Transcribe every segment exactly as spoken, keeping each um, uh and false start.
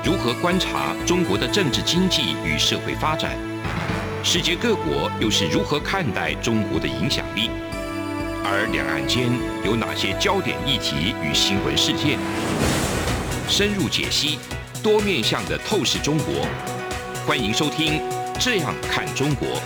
如何观察中国的政治经济与社会发展？世界各国又是如何看待中国的影响力？而两岸间有哪些焦点议题与新闻事件？深入解析，多面向的透视中国。欢迎收听《这样看中国》。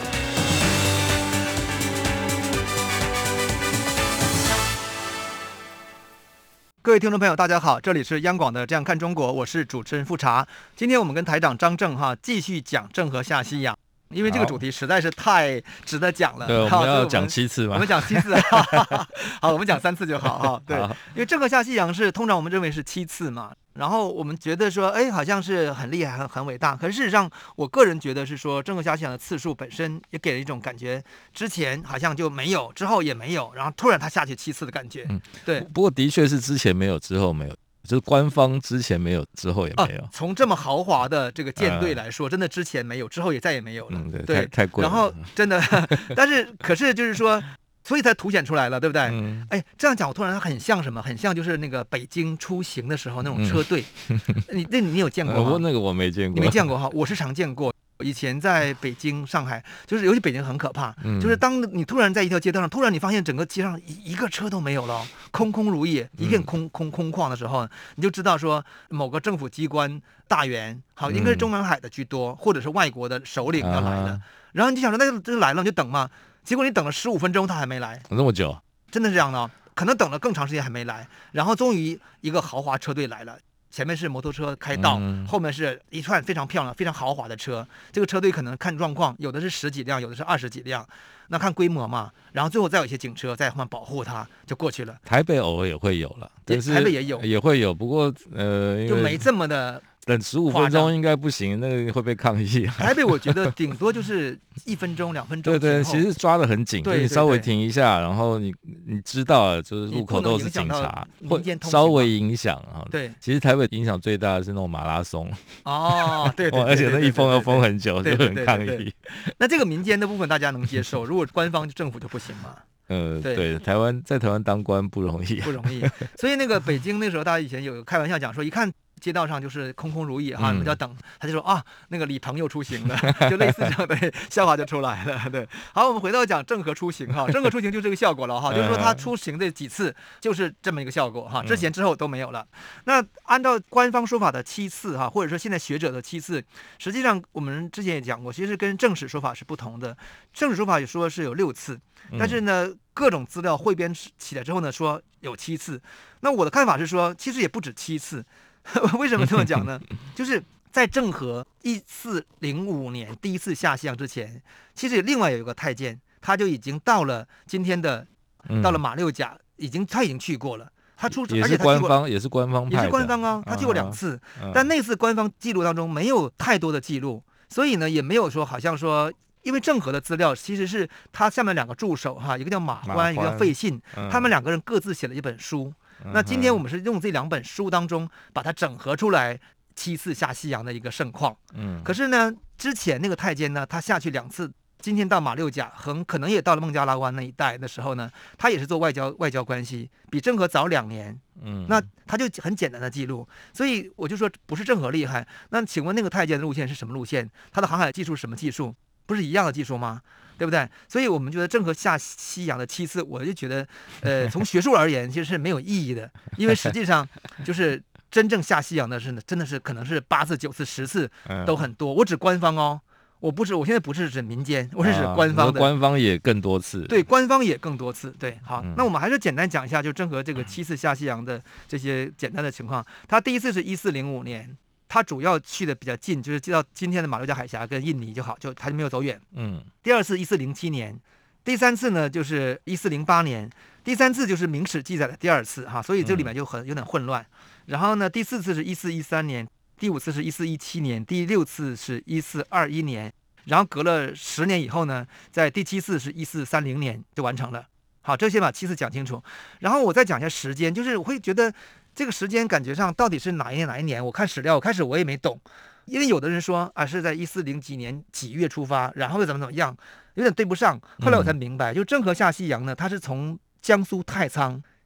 各位听众朋友，大家好，这里是央广的《这样看中国》，我是主持人富察。今天我们跟台长张正哈继续讲郑和下西洋。因为这个主题实在是太值得讲了， 对，我们要讲七次嘛， 我们讲七次，好，我们讲三次就好哈。对，因为郑和下西洋是通常我们认为是七次嘛，然后我们觉得说，哎，好像是很厉害、很很伟大。可是事实上，我个人觉得是说，郑和下西洋的次数本身也给了一种感觉，之前好像就没有，之后也没有，然后突然他下去七次的感觉。嗯，对。 不过的确是之前没有，之后没有。就是官方之前没有，之后也没有。 啊、从这么豪华的这个舰队来说、呃，真的之前没有，之后也再也没有了。 嗯、对， 对， 太太贵了。 然后真的，但是可是就是说，所以才凸显出来了，对不对？嗯。哎，这样讲我突然很像什么？很像就是那个北京出行的时候那种车队。嗯、你那你有见过吗？ 我、呃、那个我没见过。 你没见过哈？我是常见过。以前在北京、上海，就是尤其北京很可怕、嗯，就是当你突然在一条街道上，突然你发现整个街上一个车都没有了，空空如也，一片空空空旷的时候，你就知道说某个政府机关大员，好，应该是中南海的居多，或者是外国的首领要来的，啊、然后你就想说那这来了你就等嘛，结果你等了十五分钟他还没来， 那么久， 真的是这样的，可能等了更长时间还没来，然后终于一个豪华车队来了。前面是摩托车开道、嗯，后面是一串非常漂亮、非常豪华的车。这个车队可能看状况，有的是十几辆，有的是二十几辆，那看规模嘛。然后最后再有一些警车在后面保护它，就过去了。 台北偶尔也会有了，但是台北也有， 也会有，不过呃， 就没这么的。 等十五分钟应该不行，那个会被抗议。 台北我觉得顶多就是一分钟、两分钟。 对对，其实抓得很紧， 对对对， 你稍微停一下，然后你你知道了，就是路口都是警察，会稍微影响啊。 对， 其实台北影响最大的是那种马拉松。 哦，对对， 而且那一封要封很久，就很抗议。 那这个民间的部分大家能接受，如果官方政府就不行嘛。 呃，对，对，台湾在台湾当官不容易， 不容易。所以那个北京那时候，大家以前有开玩笑讲说，一看街道上就是空空如也哈，你们就要等，他就说啊，那个李鹏又出行了，就类似这样的笑话就出来了。对，好，我们回到讲郑和出行哈，郑和出行就这个效果了哈，就是说他出行的几次就是这么一个效果哈，之前之后都没有了。那按照官方说法的七次哈，或者说现在学者的七次，实际上我们之前也讲过，其实跟正史说法是不同的。正史说法也说是有六次，但是呢，各种资料汇编起来之后呢，说有七次。那我的看法是说，其实也不止七次。为什么这么讲呢？就是在郑和一四零五年第一次下西洋之前，其实另外有一个太监，他就已经到了今天的，到了马六甲，已经他已经去过了。他出也是官方，也是官方派的， 也是官方啊，他去过两次，啊、但那次官方记录当中没有太多的记录，所以呢，也没有说好像说。因为郑和的资料其实是他下面两个助手哈，一个叫马欢，一个叫费信、嗯，他们两个人各自写了一本书。嗯、那今天我们是用这两本书当中把它整合出来七次下西洋的一个盛况。嗯，可是呢，之前那个太监呢，他下去两次，今天到马六甲，很可能也到了孟加拉湾那一带的时候呢，他也是做外交外交关系，比郑和早两年。嗯，那他就很简单的记录，所以我就说不是郑和厉害。那请问那个太监的路线是什么路线？他的航海技术是什么技术？不是一样的技术吗？对不对？所以我们觉得郑和下西洋的七次，我就觉得，呃，从学术而言，其实是没有意义的，因为实际上就是真正下西洋的是，真的是可能是八次、九次、十次都很多。我指官方哦，我不是，我现在不是指民间，我是指官方的。 啊、官方也更多次。 对，官方也更多次。对，好，嗯、那我们还是简单讲一下，就郑和这个七次下西洋的这些简单的情况。他第一次是一四零五年。他主要去的比较近，就是到今天的马六甲海峡跟印尼就好，就他就没有走远。嗯。第二次一四零七年，第三次呢就是一四零八年，第三次就是明史记载的第二次哈，所以这里面就很有点混乱。然后呢，第四次是一四一三年，第五次是一四一七年，第六次是一四二一年，然后隔了十年以后呢，在第七次是一四三零年就完成了。好，这先把七次讲清楚，然后我再讲一下时间，就是我会觉得。这个时间感觉上到底是哪一年哪一年？我看史料，我开始我也没懂，因为有的人说啊是在一四零几年几月出发，然后又怎么怎么样，有点对不上。后来我才明白，就郑和下西洋呢，他是从江苏太仓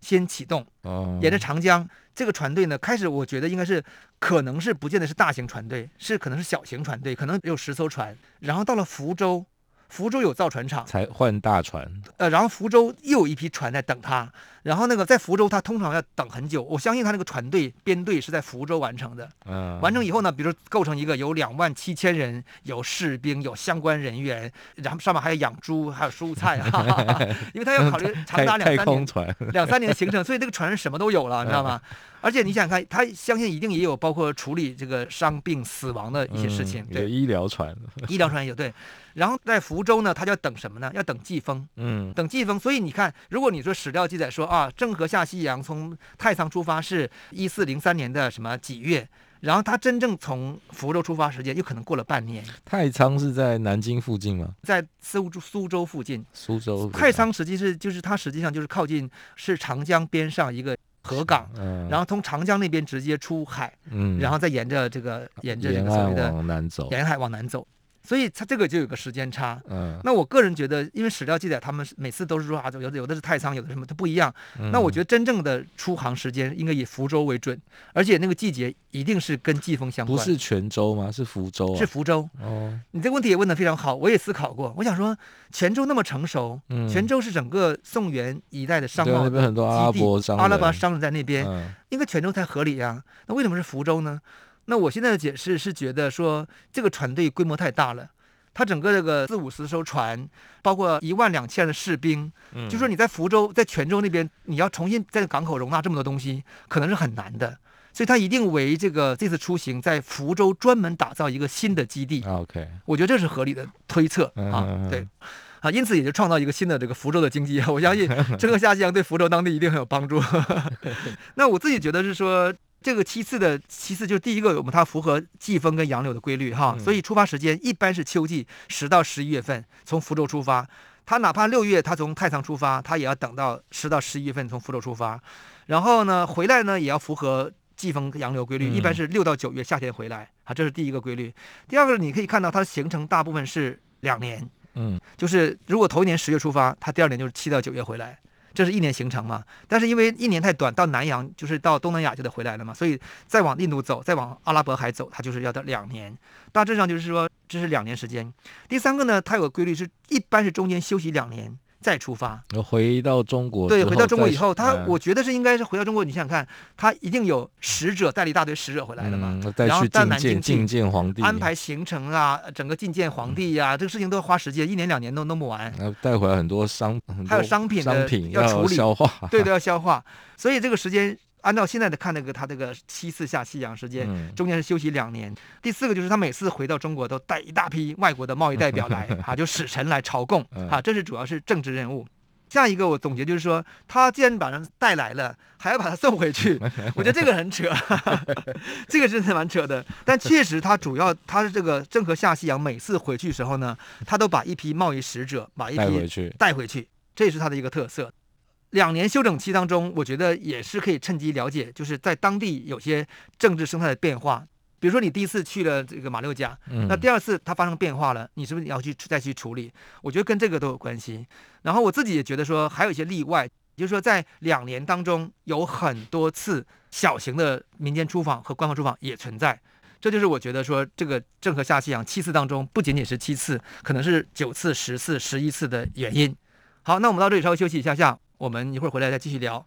先启动， 哦， 沿着长江，这个船队呢，开始我觉得应该是可能是不见得是大型船队，是可能是小型船队，可能有十艘船，然后到了福州。福州有造船厂， 才换大船。 呃，然后福州又有一批船在等他，然后那个在福州他通常要等很久，我相信他那个船队编队是在福州完成的。 嗯， 完成以后呢，比如说构成一个有两万七千人，有士兵，有相关人员，然后上面还有养猪，还有蔬菜啊，因为他要考虑长达两三年两三年的行程，所以这个船上什么都有了，你知道吗？而且你想看，他相信一定也有包括处理这个伤病死亡的一些事情， 嗯、对，医疗船， 医疗船有对。然后在福州呢，他就要等什么呢？要等季风， 嗯， 等季风。所以你看，如果你说史料记载说啊，郑和下西洋从太仓出发是一四零三年的什么几月，然后他真正从福州出发时间又可能过了半年。 太仓是在南京附近吗？ 在苏州苏州附近。 苏州。 太仓实际是就是它实际上就是靠近是长江边上一个河港，嗯，然后从长江那边直接出海，嗯，然后再沿着这个沿着这个所谓的往南走， 沿海往南走。所以它这个就有个时间差，嗯，那我个人觉得，因为史料记载他们每次都是说啊，有的有的是太仓，有的什么它不一样，嗯，那我觉得真正的出航时间应该以福州为准，而且那个季节一定是跟季风相关。 不是泉州吗？是福州啊？ 是福州。哦，你这个问题也问得非常好，我也思考过。我想说，泉州那么成熟，嗯，泉州是整个宋元一代的商贸基地， 那边很多阿拉伯商人， 阿拉伯商人在那边，嗯，应该泉州才合理啊。那为什么是福州呢？那我现在的解释是觉得说，这个船队规模太大了。它整个这个四五十艘船，包括一万两千的士兵，嗯，就说你在福州、在泉州那边，你要重新在港口容纳这么多东西，可能是很难的。所以它一定为这个这次出行在福州专门打造一个新的基地。 OK， 我觉得这是合理的推测啊，嗯、对，啊，因此也就创造一个新的这个福州的经济。我相信郑和下西洋对福州当地一定很有帮助。那我自己觉得是说。这个七次的七次就是第一个，我们它符合季风跟洋流的规律哈，所以出发时间一般是秋季十到十一月份从福州出发，它哪怕六月它从太仓出发，它也要等到十到十一月份从福州出发，然后呢回来呢也要符合季风洋流规律，一般是六到九月夏天回来啊，这是第一个规律。第二个你可以看到它的行程大部分是两年，嗯，就是如果头一年十月出发，它第二年就是七到九月回来。这是一年行程嘛，但是因为一年太短，到南洋就是到东南亚就得回来了嘛，所以再往印度走，再往阿拉伯海走，它就是要到两年，大致上就是说这是两年时间。第三个呢，它有个规律是，一般是中间休息两年再出发， 回到中国。 对，回到中国以后，他我觉得是应该是回到中国。你想想看，他一定有使者带了一大堆使者回来了嘛， 嗯、 然后到南京觐见皇帝， 安排行程啊，整个觐见皇帝呀、啊，嗯、这个事情都要花时间，一年两年都弄不完。 带回来很多商， 还有商品的商品要处理消化， 对，都要消化。所以这个时间。按照现在的看，那个他这个七次下西洋时间，中间是休息两年。第四个就是他每次回到中国都带一大批外国的贸易代表来啊，就使臣来朝贡啊，这是主要是政治任务。下一个我总结就是说，他既然把人带来了，还要把他送回去，我觉得这个很扯，这个真的蛮扯的。但确实，他主要他是这个郑和下西洋，每次回去的时候呢，他都把一批贸易使者把一批带回去， 带回去，这也是他的一个特色。两年休整期当中，我觉得也是可以趁机了解，就是在当地有些政治生态的变化。比如说你第一次去了这个马六甲，嗯、那第二次它发生变化了，你是不是要去再去处理？我觉得跟这个都有关系。然后我自己也觉得说，还有一些例外，就是说在两年当中有很多次小型的民间出访和官方出访也存在。这就是我觉得说，这个郑和下西洋七次当中，不仅仅是七次，可能是九次、十次、十一次的原因。好，那我们到这里稍微休息一下下。我们一会儿回来再继续聊。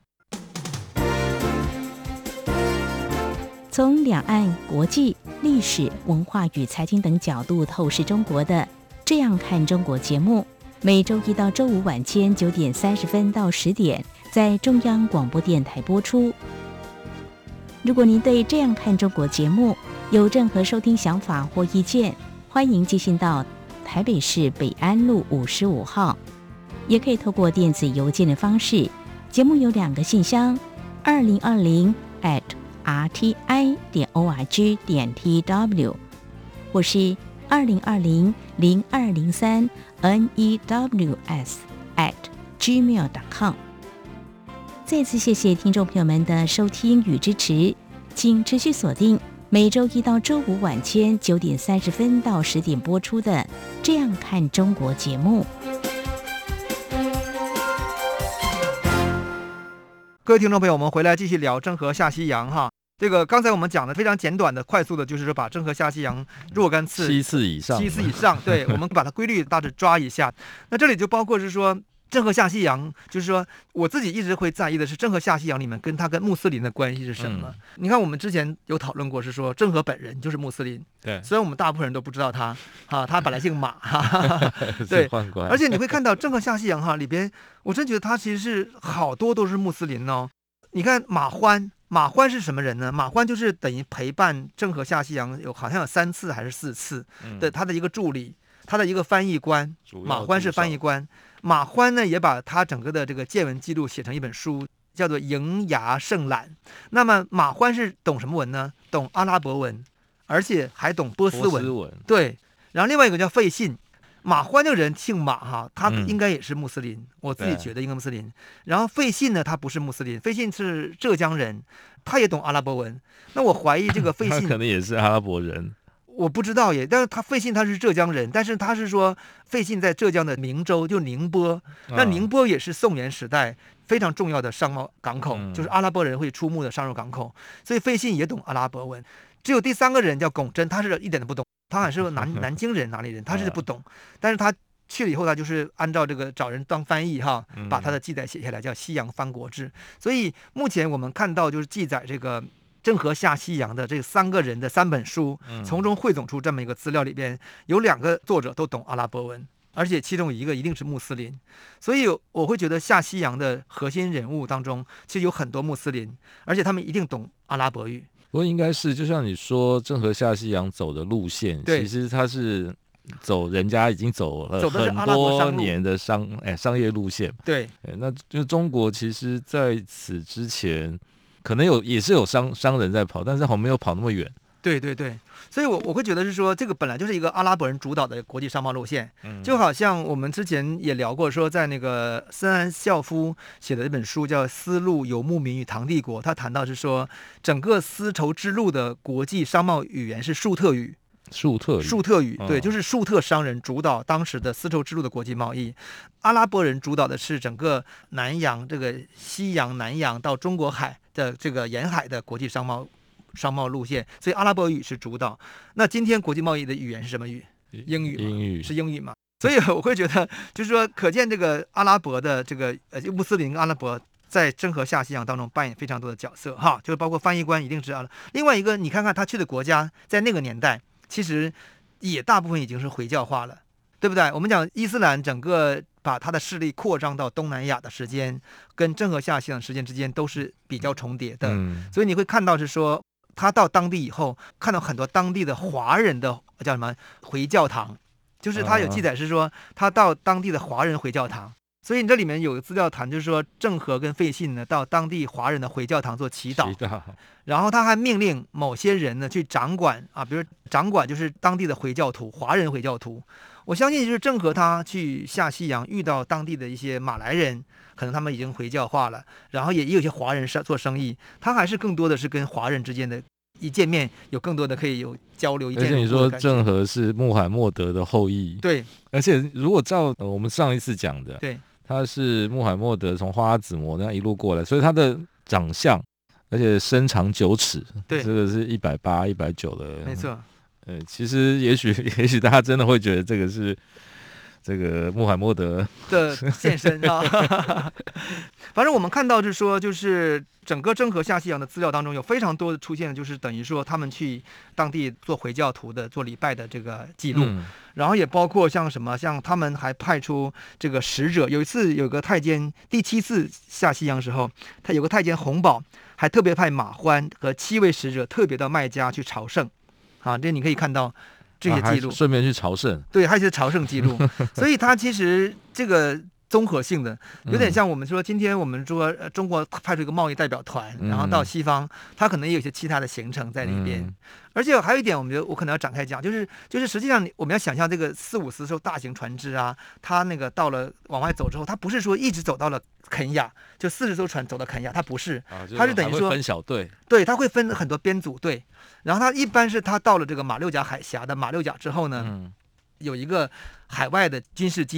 从两岸、国际、历史文化与财经等角度透视中国的《这样看中国》节目，每周一到周五晚间九点三十分到十点在中央广播电台播出。如果您对《这样看中国》节目有任何收听想法或意见，欢迎寄信到台北市北安路五十五号。也可以透过电子邮件的方式，节目有两个信箱：二零二零 at r t i 点 o r g 点 t w， 或是二零二零零二零三 n e w s at gmail 点 com。再次谢谢听众朋友们的收听与支持，请持续锁定每周一到周五晚间九点三十分到十点播出的《这样看中国》节目。 各位听众朋友，我们回来继续聊郑和下西洋哈。这个刚才我们讲的非常简短的、快速的，就是说把郑和下西洋若干次、 七次以上， 七次以上，对，我们把它规律大致抓一下。那这里就包括是说。郑和下西洋，就是说我自己一直会在意的是郑和下西洋里面跟他跟穆斯林的关系是什么、嗯、你看我们之前有讨论过，是说郑和本人就是穆斯林， 对， 虽然我们大部分人都不知道他哈，他本来姓马哈，对，而且你会看到郑和下西洋哈里边，我真觉得他其实是好多都是穆斯林哦。你看马欢，马欢是什么人呢？马欢就是等于陪伴郑和下西洋有好像有三次还是四次的他的一个助理，他的一个翻译官，马欢是翻译官。马欢呢，也把他整个的这个见闻记录写成一本书，叫做《瀛牙胜览》。那么马欢是懂什么文呢？懂阿拉伯文，而且还懂波斯文。 波斯文对。然后另外一个叫费信，马欢这个人姓马哈，他应该也是穆斯林，嗯、我自己觉得应该穆斯林。然后费信呢，他不是穆斯林，费信是浙江人，他也懂阿拉伯文。那我怀疑这个费信他可能也是阿拉伯人。 我不知道耶，但是他费信他是浙江人，但是他是说费信在浙江的明州，就宁波，那宁波也是宋元时代非常重要的商贸港口，嗯、就是阿拉伯人会出没的商业港口，所以费信也懂阿拉伯文。只有第三个人叫龚真，他是一点都不懂，他好像是南南京人哪里人，他是不懂，但是他去了以后，他就是按照这个找人当翻译哈，把他的记载写下来，叫《西洋藩国志》。所以目前我们看到就是记载这个。郑和下西洋的这三个人的三本书，从中汇总出这么一个资料，里边有两个作者都懂阿拉伯文，而且其中一个一定是穆斯林，所以我会觉得下西洋的核心人物当中，其实有很多穆斯林，而且他们一定懂阿拉伯语。 不过应该是就像你说，郑和下西洋走的路线，其实他是走人家已经走了很多年的商哎商业路线， 对， 那就中国其实在此之前。可能有也是有商商人在跑，但是好像没有跑那么远。 对对对，所以我我会觉得是说，这个本来就是一个阿拉伯人主导的国际商贸路线，嗯、就好像我们之前也聊过，说在那个森安孝夫写的一本书叫《丝路游牧民与唐帝国》，他谈到是说，整个丝绸之路的国际商贸语言是粟特语。 粟特语， 粟特语，对，就是粟特商人主导当时的丝绸之路的国际贸易，阿拉伯人主导的是整个南洋这个西洋、南洋到中国海的这个沿海的国际商贸商贸路线，所以阿拉伯语是主导。那今天国际贸易的语言是什么语？英语， 英语是英语嘛？所以我会觉得，就是说，可见这个阿拉伯的这个呃穆斯林阿拉伯。在郑和下西洋当中扮演非常多的角色哈，就是包括翻译官一定是阿拉。另外一个，你看看他去的国家，在那个年代其实也大部分已经是回教化了，对不对？我们讲伊斯兰整个把他的势力扩张到东南亚的时间，跟郑和下西洋时间之间都是比较重叠的，嗯、所以你会看到是说，他到当地以后，看到很多当地的华人的叫什么回教堂，就是他有记载是说，他到当地的华人回教堂。所以你这里面有个资料谈，就是说郑和跟费信呢到当地华人的回教堂做祈祷，祈祷然后他还命令某些人呢去掌管啊，比如掌管就是当地的回教徒，华人回教徒。我相信就是郑和他去下西洋遇到当地的一些马来人，可能他们已经回教化了，然后也有一些华人做生意，他还是更多的是跟华人之间的一见面有更多的可以有交流。 而且你说郑和是穆罕默德的后裔， 对， 而且如果照、呃、我们上一次讲的， 对。 他是穆罕默德从花剌子模那样一路过来，所以他的长相，而且身长九尺， 对， 这个是一百八、一百九的， 没错。 呃，其实也许也许大家真的会觉得这个是这个穆罕默德的现身啊。反正我们看到是说，就是整个郑和下西洋的资料当中有非常多的出现，就是等于说他们去当地做回教徒的做礼拜的这个记录。嗯，然后也包括像什么，像他们还派出这个使者。有一次有个太监，第七次下西洋时候，他有个太监洪宝，还特别派马欢和七位使者特别到麦加去朝圣。啊，这你可以看到这些记录， 顺、啊、便去朝圣。 对，还有一些朝圣记录。所以他其实这个综合性的，有点像我们说，今天我们说中国派出一个贸易代表团，然后到西方，他可能也有一些其他的行程在里边。嗯，而且还有一点，我们觉得我可能要展开讲，就是就是实际上我们要想象这个四五十艘大型船只啊，它那个到了往外走之后，它不是说一直走到了肯亚，就四十艘船走到肯亚，它不是，它是等于说分小队， 对，它会分很多编组队，然后它一般是它到了这个马六甲海峡的马六甲之后呢，嗯，有一个海外的军事基地，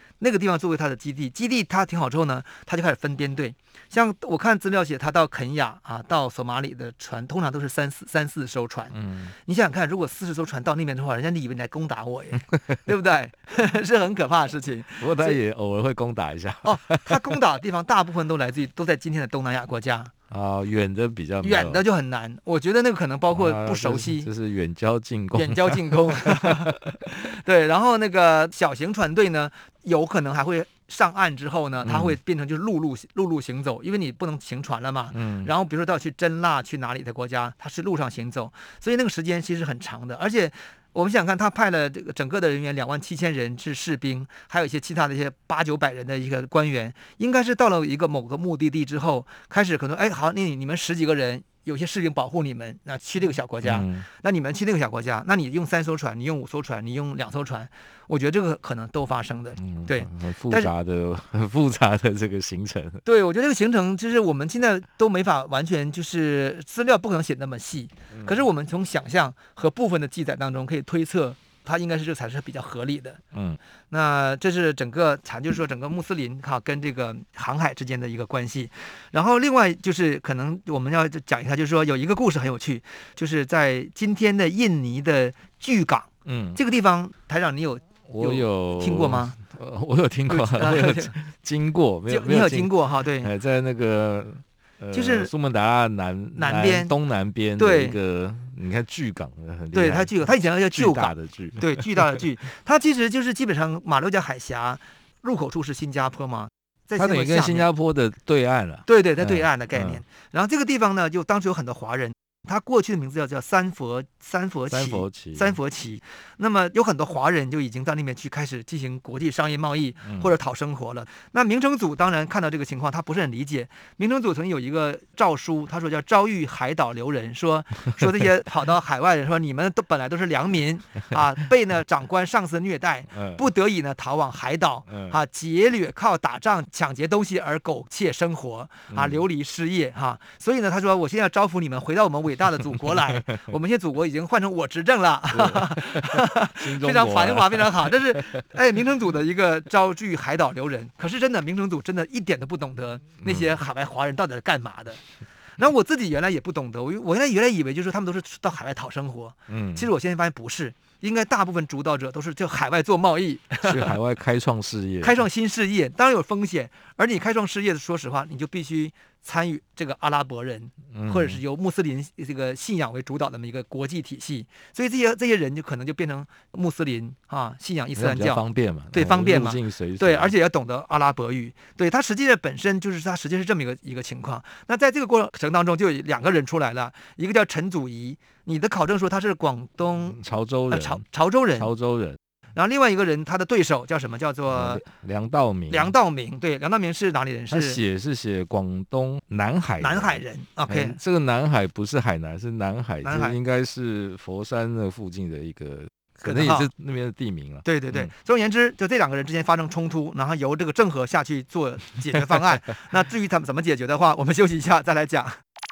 那个地方作为他的基地。基地他挺好之后呢，他就开始分编队。像我看资料写，他到肯亚啊，到索马里的船，通常都是三四三四艘船。嗯，你想想看，如果四十艘船到那边的话，人家以为你来攻打我耶，对不对？是很可怕的事情。 不过他也偶尔会攻打一下。 哦，他攻打的地方大部分都来自于都在今天的东南亚国家。 啊，远的比较远的就很难，我觉得那个可能包括不熟悉， 啊、就是、就是远交近攻， 远交近攻。对，然后那个小型船队呢，有可能还会上岸之后呢，它会变成就是陆路陆路行走，因为你不能行船了嘛。嗯。然后比如说到去真腊去哪里的国家，它是陆上行走，所以那个时间其实很长的，而且。我们想想看，他派了这个整个的人员两万七千人是士兵，还有一些其他的一些八九百人的一个官员，应该是到了一个某个目的地之后，开始可能哎好，那你你们十几个人。有些士兵保护你们，那去这个小国家，嗯、那你们去那个小国家，那你用三艘船，你用五艘船，你用两艘船，我觉得这个可能都发生的，嗯、对， 很复杂的、很复杂的这个行程。 对，我觉得这个行程就是我们现在都没法完全就是资料不可能写那么细，嗯、可是我们从想象和部分的记载当中可以推测。它应该是这才是比较合理的，嗯，那这是整个谈，就是说整个穆斯林哈跟这个航海之间的一个关系。然后另外就是可能我们要讲一下，就是说有一个故事很有趣，就是在今天的印尼的巨港，嗯，这个地方台长你有我有听过吗？ 呃，我有听过，我有经过，没有你有经过哈？对， 呃，在那个。 就是苏门答腊南南边东南边的一个，你看巨港很厉害， 对它巨港，它以前叫旧港的巨， 对巨大的巨，它其实就是基本上马六甲海峡入口处是新加坡嘛，在它等于跟新加坡的对岸了， 对对，在对岸的概念。嗯、然后这个地方呢，就当时有很多华人。他过去的名字叫叫三佛三佛旗， 三佛旗， 三佛旗。那么有很多华人就已经到那边去开始进行国际商业贸易或者讨生活了。嗯、那明成祖当然看到这个情况，他不是很理解。明成祖曾经有一个诏书，他说叫招谕海岛留人，说说这些跑到海外人说你们都本来都是良民啊，被呢长官上司虐待，不得已呢逃往海岛啊，劫掠靠打仗抢劫东西而苟且生活啊，流离失业哈、啊。所以呢，他说我现在要招抚你们回到我们伟大的祖国来，我们现在祖国已经换成我执政了，非常繁华，非常好。这是哎，明成祖的一个招聚海岛留人。可是真的，明成祖真的一点都不懂得那些海外华人到底是干嘛的。然后我自己原来也不懂得，我我原来原来以为就是他们都是到海外讨生活，嗯，其实我现在发现不是，应该大部分主导者都是就海外做贸易， 去海外开创事业， 开创新事业，当然有风险，而你开创事业，说实话，你就必须参与这个阿拉伯人，或者是由穆斯林这个信仰为主导的这么一个国际体系，所以这些这些人就可能就变成穆斯林啊，信仰伊斯兰教， 方便嘛， 对，方便嘛， 随对，而且要懂得阿拉伯语，对，它实际上本身就是它实际是这么一个一个情况。那在这个过程当中，就有两个人出来了，一个叫陈祖仪，你的考证说他是广东潮州人， 呃、潮潮州人， 潮州人。 然后另外一个人，他的对手叫什么？叫做梁道明。 梁道明，对，梁道明是哪里人？是他写是写广东南海南海人。OK，、 哎、这个南海不是海南，是南海， 南海应该是佛山那附近的一个，可能也是那边的地名了。 对对对，总而言之，就这两个人之间发生冲突，然后由这个郑和下去做解决方案。那至于他们怎么解决的话，我们休息一下再来讲。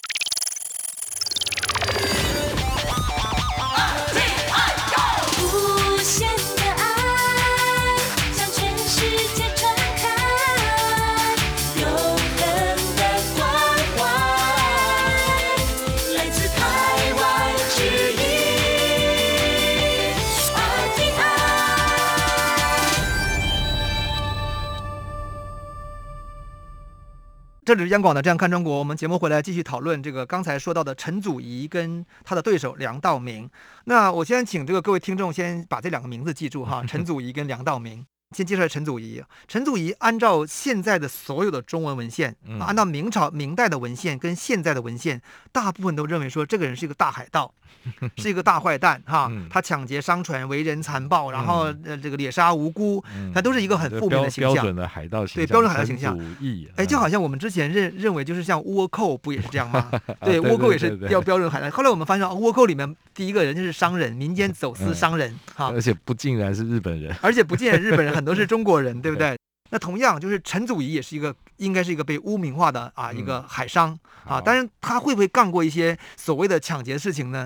这里是央广的《这样看中国》，我们节目回来继续讨论这个刚才说到的陈祖仪跟他的对手梁道明。那我先请这个各位听众先把这两个名字记住哈，陈祖仪跟梁道明。先介绍陈祖仪。陈祖仪按照现在的所有的中文文献，嗯、按照明朝明代的文献跟现在的文献，大部分都认为说这个人是一个大海盗，是一个大坏蛋哈。嗯、他抢劫商船，为人残暴，然后呃这个猎杀无辜，嗯、他都是一个很负面的形象， 标准的海盗形象， 对标准海盗形象。哎， 哎， 就好像我们之前认认为就是像倭寇不也是这样吗？对，倭寇也是标标准海盗。后来我们发现，倭寇里面第一个人就是商人，民间走私商人哈， 而且不尽然是日本人， 而且不尽然日本人，很多是中国人。对不对？那同样就是陈祖仪也是一个，应该是一个被污名化的啊、嗯、一个海商啊。当然他会不会干过一些所谓的抢劫的事情呢？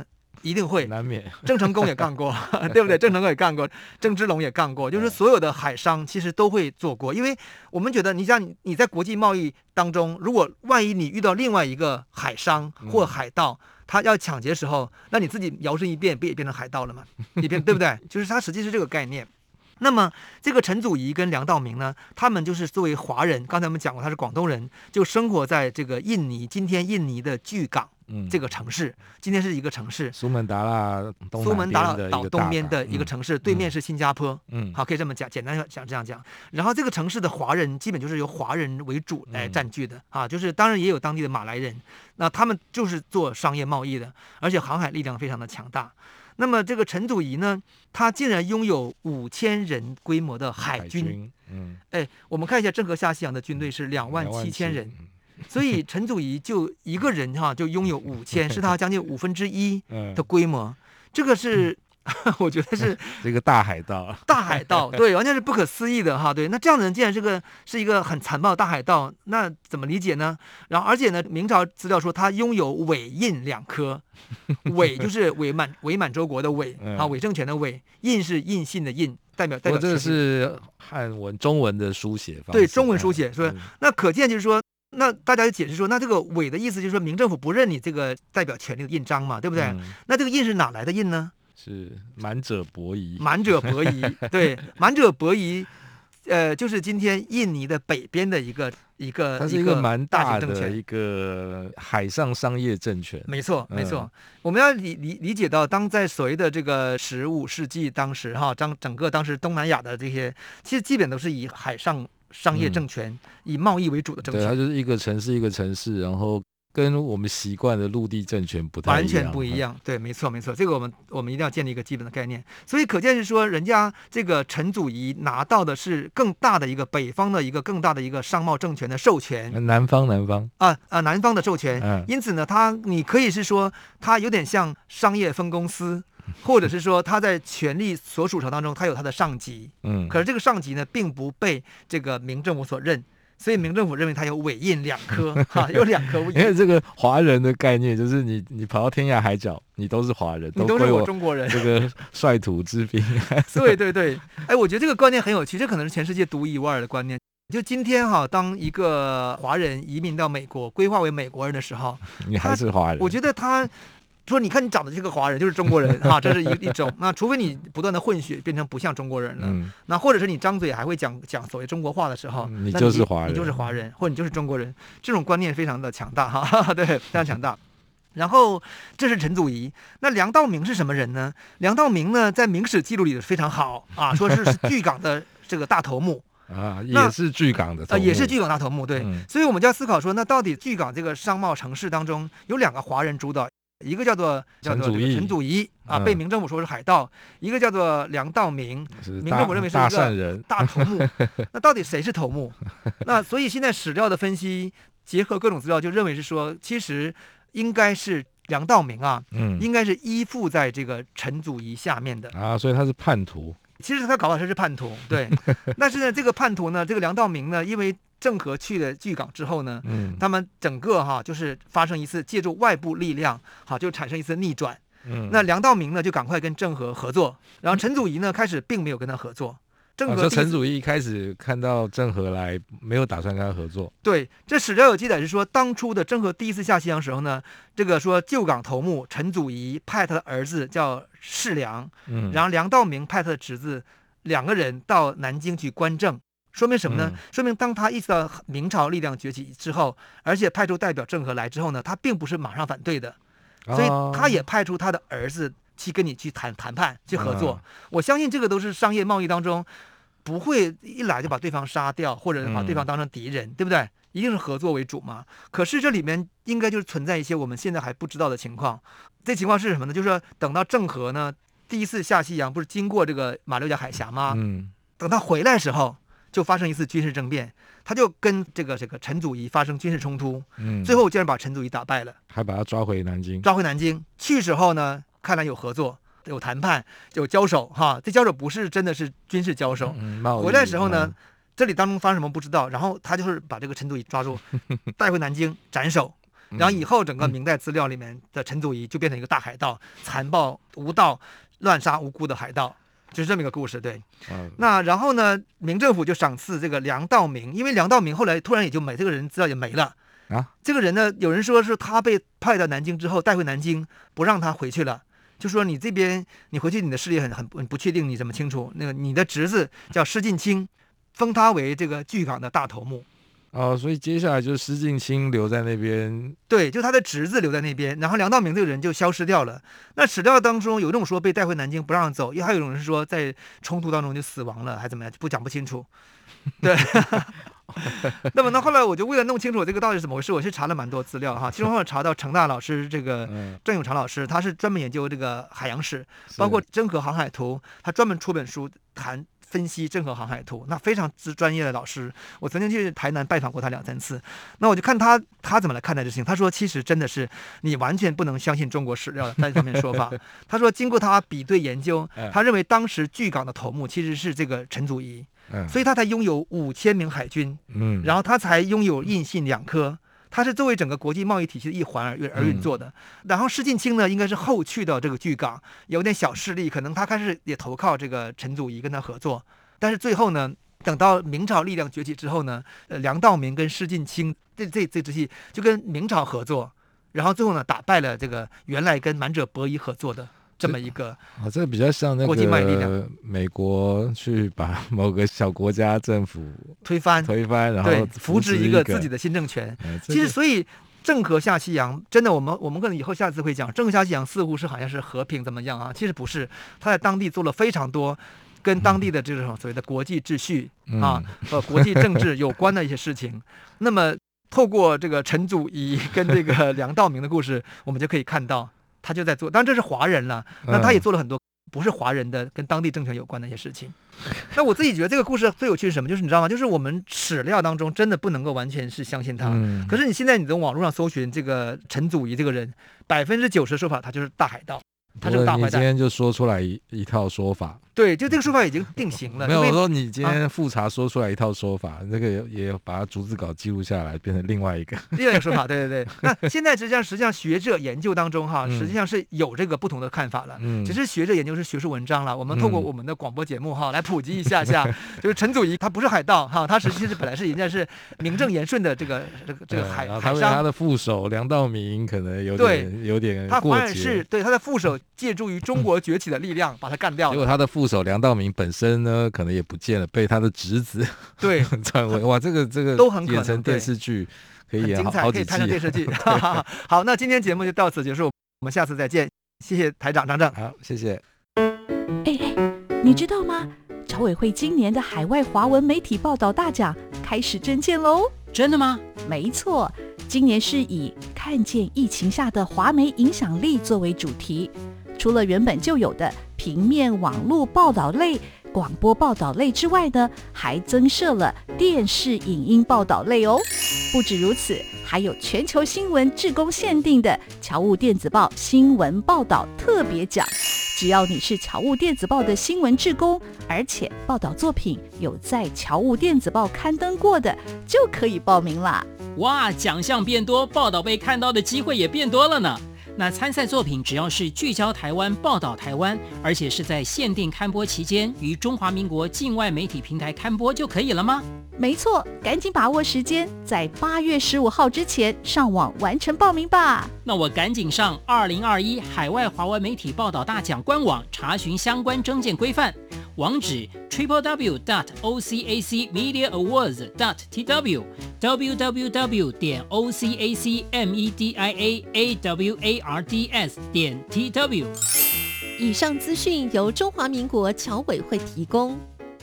一定会， 难免。 郑成功也干过，对不对？郑成功也干过，郑芝龙也干过，就是所有的海商其实都会做过。因为我们觉得，你像你在国际贸易当中，如果万一你遇到另外一个海商或海盗，嗯、他要抢劫的时候，那你自己摇身一变，不也变成海盗了吗？你变对不对？就是它实际是这个概念。那么这个陈祖仪跟梁道明呢，他们就是作为华人，刚才我们讲过他是广东人，就生活在这个印尼，今天印尼的巨港这个城市，嗯、今天是一个城市， 苏门答腊东苏门答腊岛东边的一个城市，嗯、对面是新加坡， 嗯， 好，可以这么讲，简单讲这样讲。然后这个城市的华人基本就是由华人为主来占据的，嗯、啊，就是当然也有当地的马来人，那他们就是做商业贸易的，而且航海力量非常的强大。那么这个陈祖仪呢，他竟然拥有五千人规模的海军， 海军嗯， 哎，我们看一下郑和下西洋的军队是两万七千人，所以陈祖仪就一个人哈就拥有五千，是他将近五分之一的规模，嗯、这个是。我觉得是这个大海盗， 大海盗，对，完全是不可思议的哈。对，那这样的人竟然这个是一个很残暴的大海盗，那怎么理解呢？然后，而且呢，明朝资料说他拥有伪印两颗，伪就是伪满伪满洲国的伪啊，伪政权的伪，印是印信的印，代表代表。 这个是汉文中文的书写方式， 对，中文书写，所以、嗯、那可见就是说。那大家就解释说，那这个伪的意思就是说，明政府不认你这个代表权力的印章嘛，对不对？嗯、那这个印是哪来的印呢？ 是满者伯夷， 满者伯夷，对，满者伯夷，呃，就是今天印尼的北边的一个一个， 它是一个蛮大的一个海上商业政权。 没错，没错。嗯、我们要理理理解到，当在所谓的这个十五世纪，当时哈，当整个当时东南亚的这些，其实基本都是以海上商业政权、嗯、以贸易为主的政权。 对，它就是一个城市一个城市，然后。跟我们习惯的陆地政权不太一样， 完全不一样。对，没错，没错，这个我们我们一定要建立一个基本的概念。所以可见是说，人家这个陈祖仪拿到的是更大的一个北方的一个更大的一个商贸政权的授权， 南方南方啊啊南方的授权。嗯、因此呢，他你可以是说，他有点像商业分公司。或者是说他在权力所属层当中，他有他的上级，嗯，可是这个上级呢，并不被这个明政府所认。所以明政府认为他有伪印两颗，哈，有两颗。 因为这个华人的概念就是你，你跑到天涯海角，你都是华人， 你都是我中国人。 这个率土之滨。 对对对，哎，我觉得这个观念很有趣，这可能是全世界独一无二的观念。就今天哈，当一个华人移民到美国，规划为美国人的时候， 你还是华人。 我觉得他。说你看你长得这个华人就是中国人哈，这是一一种。那除非你不断的混血变成不像中国人了，嗯、那或者是你张嘴还会讲讲所谓中国话的时候， 嗯、你就是华人， 你就是华人，或者你就是中国人。这种观念非常的强大哈，对，非常强大。然后这是陈祖仪，那梁道明是什么人呢？梁道明呢，在明史记录里非常好啊，说是是巨港的这个大头目。 啊，也是巨港的头目， 呃，也是巨港大头目，对。嗯、所以我们就要思考说，那到底巨港这个商贸城市当中有两个华人主导。一个叫做叫做陈祖仪啊，被明政府说是海盗；嗯、一个叫做梁道明，明政府认为是一个大头目。那到底谁是头目？那所以现在史料的分析结合各种资料，就认为是说，其实应该是梁道明啊，嗯，应该是依附在这个陈祖仪下面的啊，所以他是叛徒。 其实他搞到他是叛徒，对。但是呢，这个叛徒呢，这个梁道明呢，因为郑和去了巨港之后呢，嗯，他们整个哈就是发生一次借助外部力量，好就产生一次逆转。嗯，那梁道明呢就赶快跟郑和合作，然后陈祖仪呢开始并没有跟他合作。郑和、 啊、陈祖仪一开始看到郑和来，没有打算跟他合作。 对，这史料有记载是说，当初的郑和第一次下西洋时候呢，这个说旧港头目陈祖仪派他的儿子叫世良，嗯，然后梁道明派他的侄子，两个人到南京去观政。说明什么呢？嗯、说明当他意识到明朝力量崛起之后，而且派出代表郑和来之后呢，他并不是马上反对的，所以他也派出他的儿子去跟你去谈谈判、去合作。嗯、我相信这个都是商业贸易当中不会一来就把对方杀掉，或者把对方当成敌人，嗯、对不对？一定是合作为主嘛。可是这里面应该就是存在一些我们现在还不知道的情况。这情况是什么呢？就是说等到郑和呢第一次下西洋，不是经过这个马六甲海峡吗？嗯，等他回来的时候。就发生一次军事政变，他就跟这个这个陈祖仪发生军事冲突，嗯，最后竟然把陈祖仪打败了， 还把他抓回南京。 抓回南京去时候呢，看来有合作，有谈判，有交手哈。这交手不是真的是军事交手，嗯、回来时候呢，嗯、这里当中发生什么不知道。然后他就是把这个陈祖仪抓住，带回南京斩首。 然后以后整个明代资料里面的陈祖仪就变成一个大海盗，残暴无道，乱杀无辜的海盗。就是这么一个故事，对。嗯、那然后呢，明政府就赏赐这个梁道明，因为梁道明后来突然也就没，这个人资料也没了啊。这个人呢，有人说是他被派到南京之后带回南京，不让他回去了，就说你这边你回去你的事业很很不确定，你怎么清楚？那个你的侄子叫施晋清，封他为这个巨港的大头目。 哦，所以接下来就是施晋清留在那边， 对，就他的侄子留在那边，然后梁道明这个人就消失掉了。那史料当中有一种说被带回南京不让走，也还有一种人是说在冲突当中就死亡了，还怎么样，不讲不清楚。对，那么呢，后来我就为了弄清楚这个到底是怎么回事，我去查了蛮多资料哈。其中我查到成大老师这个郑永长老师，他是专门研究这个海洋史，包括郑和航海图，他专门出本书谈。分析郑和航海图，那非常之专业的老师，我曾经去台南拜访过他两三次。那我就看他他怎么来看待这事情。他说，其实真的是你完全不能相信中国史料的单方面说法。他说，经过他比对研究，他认为当时巨港的头目其实是这个陈祖仪，所以他才拥有五千名海军，嗯，然后他才拥有印信两颗。它是作为整个国际贸易体系的一环而而运作的。嗯、然后施晋清呢，应该是后去到这个巨港，有点小势力，可能他开始也投靠这个陈祖仪跟他合作。但是最后呢，等到明朝力量崛起之后呢，呃，梁道明跟施晋清这这这支系就跟明朝合作，然后最后呢打败了这个原来跟满者伯夷合作的。这么一个啊，这个比较像那个美国去把某个小国家政府推翻， 推翻，然后扶植一个自己的新政权。嗯、其实，所以郑和下西洋，真的，我们我们可能以后下次会讲，郑和下西洋似乎是好像是和平怎么样啊？其实不是，他在当地做了非常多跟当地的这种所谓的国际秩序、嗯、啊和国际政治有关的一些事情。那么，透过这个陈祖仪跟这个梁道明的故事，我们就可以看到。他就在做，当然这是华人了，那他也做了很多不是华人的跟当地政权有关的一些事情。那我自己觉得这个故事最有趣是什么？就是你知道吗？就是我们史料当中真的不能够完全是相信他。嗯、可是你现在你从网络上搜寻这个陈祖仪这个人，百分之九十的说法他就是大海盗，他是个大坏蛋。 你今天就说出来 一, 一套说法。 对，就这个说法已经定型了。 没有，我说你今天复查说出来一套说法，那、啊、个也也把它逐字稿记录下来，变成另外一个另外一个说法。对对对。那现在实际上实际上学者研究当中哈，实际上是有这个不同的看法了。嗯。只是学者研究是学术文章了，我们透过我们的广播节目哈来普及一下下，就是陈祖仪他不是海盗哈，他实际是本来是人家是名正言顺的这个这个这个海嗯、 海商。 他的副手梁道明可能有点有点过节， 他反而是对他的副手借助于中国崛起的力量把他干掉了。 结果他的副手梁道明本身呢，可能也不见了，被他的侄子对传闻。哇，这个这个都很可能演成电视剧，可以演好好几季， 可以拍成电视剧。好，那今天节目就到此结束，我们下次再见。谢谢台长张正。 好，谢谢。 哎哎，你知道吗？侨委会今年的海外华文媒体报道大奖开始征件喽！ 真的吗？ 没错，今年是以看见疫情下的华媒影响力作为主题。除了原本就有的平面网络报道类、广播报道类之外呢，还增设了电视影音报道类哦。不止如此，还有全球新闻志工限定的侨务电子报新闻报道特别奖。只要你是侨务电子报的新闻志工，而且报道作品有在侨务电子报刊登过的，就可以报名啦。 哇，奖项变多，报道被看到的机会也变多了呢。那参赛作品只要是聚焦台湾、报道台湾，而且是在限定刊播期间于中华民国境外媒体平台刊播就可以了吗？ 没错，赶紧把握时间，在八月十五号之前上网完成报名吧。 那我赶紧上二零二一海外华文媒体报道大奖官网查询相关征件规范，网址 triple w dot o c a c media awards dot t w w w w 点 o c a c media awards 点 t w。 以上资讯由中华民国侨委会提供。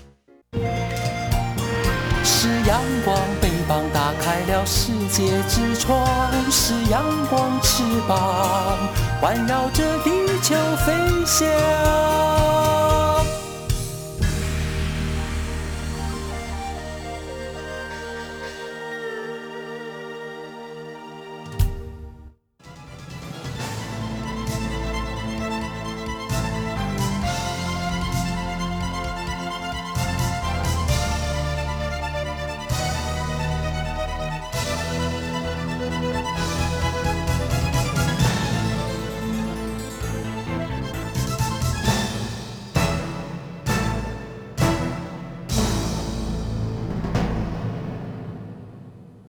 是阳光，翅膀打开了世界之窗，是阳光翅膀环绕着地球飞翔。